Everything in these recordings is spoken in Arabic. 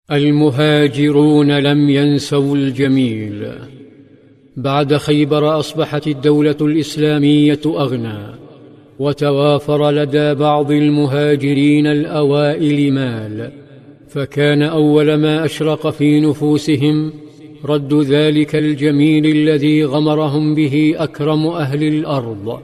المهاجرون لم ينسوا الجميل. بعد خيبر أصبحت الدولة الإسلامية أغنى، وتوافر لدى بعض المهاجرين الأوائل مال، فكان أول ما أشرق في نفوسهم رد ذلك الجميل الذي غمرهم به أكرم أهل الأرض،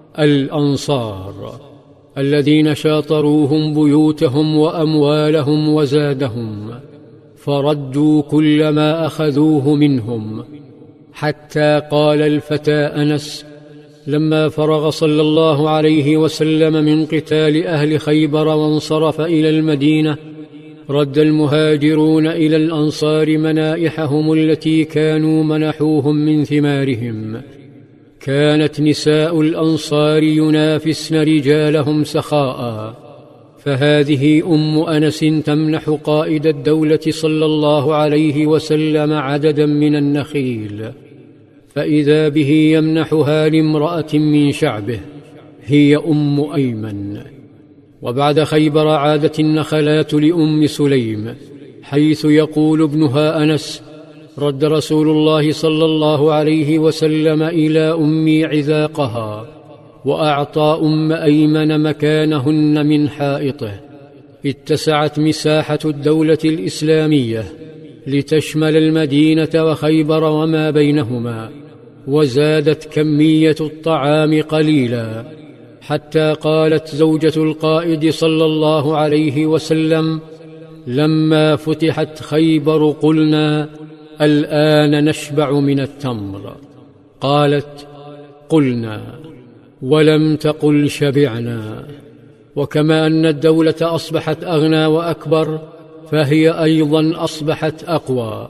الأنصار، الذين شاطروهم بيوتهم وأموالهم وزادهم، فردوا كل ما أخذوه منهم، حتى قال الفتى أنس لما فرغ صلى الله عليه وسلم من قتال أهل خيبر وانصرف إلى المدينة: رد المهاجرون إلى الأنصار منائحهم التي كانوا منحوهم من ثمارهم. كانت نساء الأنصار ينافسن رجالهم سخاء، فهذه أم أنس تمنح قائد الدولة صلى الله عليه وسلم عددا من النخيل، فإذا به يمنحها لامرأة من شعبه، هي أم أيمن. وبعد خيبر عادت النخلات لأم سليم، حيث يقول ابنها أنس: رد رسول الله صلى الله عليه وسلم إلى أمي عذاقها، وأعطى أم أيمن مكانهن من حائطه. اتسعت مساحة الدولة الإسلامية لتشمل المدينة وخيبر وما بينهما، وزادت كمية الطعام قليلا، حتى قالت زوجة القائد صلى الله عليه وسلم لما فتحت خيبر: قلنا الآن نشبع من التمر. قالت: قلنا، ولم تقل شبعنا. وكما أن الدولة أصبحت أغنى وأكبر، فهي أيضا أصبحت أقوى،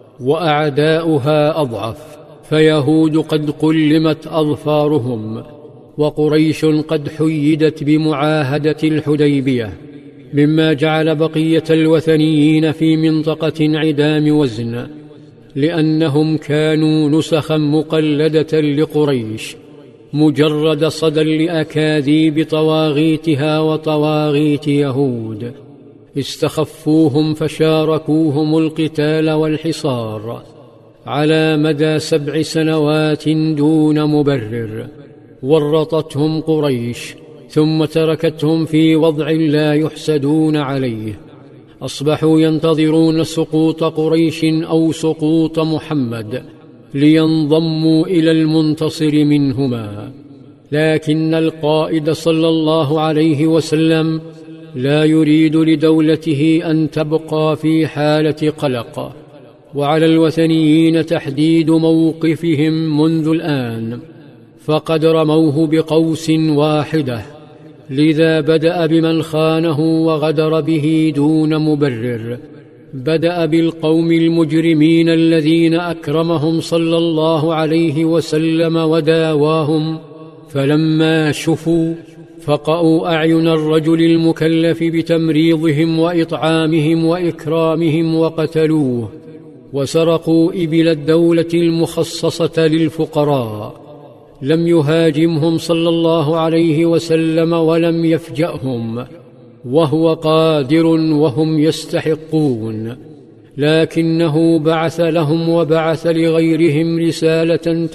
وأعداؤها أضعف، فيهود قد قلمت أظفارهم، وقريش قد حيدت بمعاهدة الحديبية، مما جعل بقية الوثنيين في منطقة انعدام وزن، لأنهم كانوا نسخا مقلدة لقريش، مجرد صدى لأكاذيب طواغيتها وطواغيت يهود. استخفوهم فشاركوهم القتال والحصار على مدى 7 سنوات دون مبرر. ورطتهم قريش ثم تركتهم في وضع لا يحسدون عليه. أصبحوا ينتظرون سقوط قريش أو سقوط محمد لينضموا إلى المنتصر منهما، لكن القائد صلى الله عليه وسلم لا يريد لدولته أن تبقى في حالة قلق، وعلى الوثنيين تحديد موقفهم منذ الآن، فقد رموه بقوس واحدة. لذا بدأ بمن خانه وغدر به دون مبرر، بدأ بالقوم المجرمين الذين أكرمهم صلى الله عليه وسلم وداواهم، فلما شفوا فقأوا أعين الرجل المكلف بتمريضهم وإطعامهم وإكرامهم وقتلوه، وسرقوا إبل الدولة المخصصة للفقراء. لم يهاجمهم صلى الله عليه وسلم ولم يفجأهم، وهو قادر وهم يستحقون، لكنه بعث لهم وبعث لغيرهم رسالة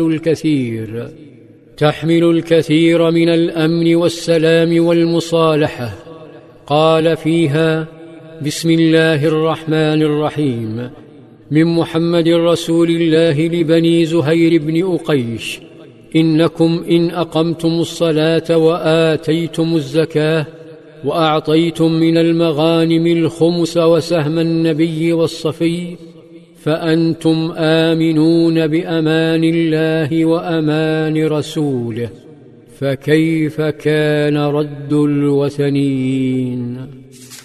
تحمل الكثير من الأمن والسلام والمصالحة. قال فيها: بسم الله الرحمن الرحيم، من محمد رسول الله لبني زهير بن أقيش: إنكم إن أقمتم الصلاة وآتيتم الزكاة وأعطيتم من المغانم الخمس وسهم النبي والصفي، فأنتم آمنون بأمان الله وأمان رسوله. فكيف كان رد الوثنيين؟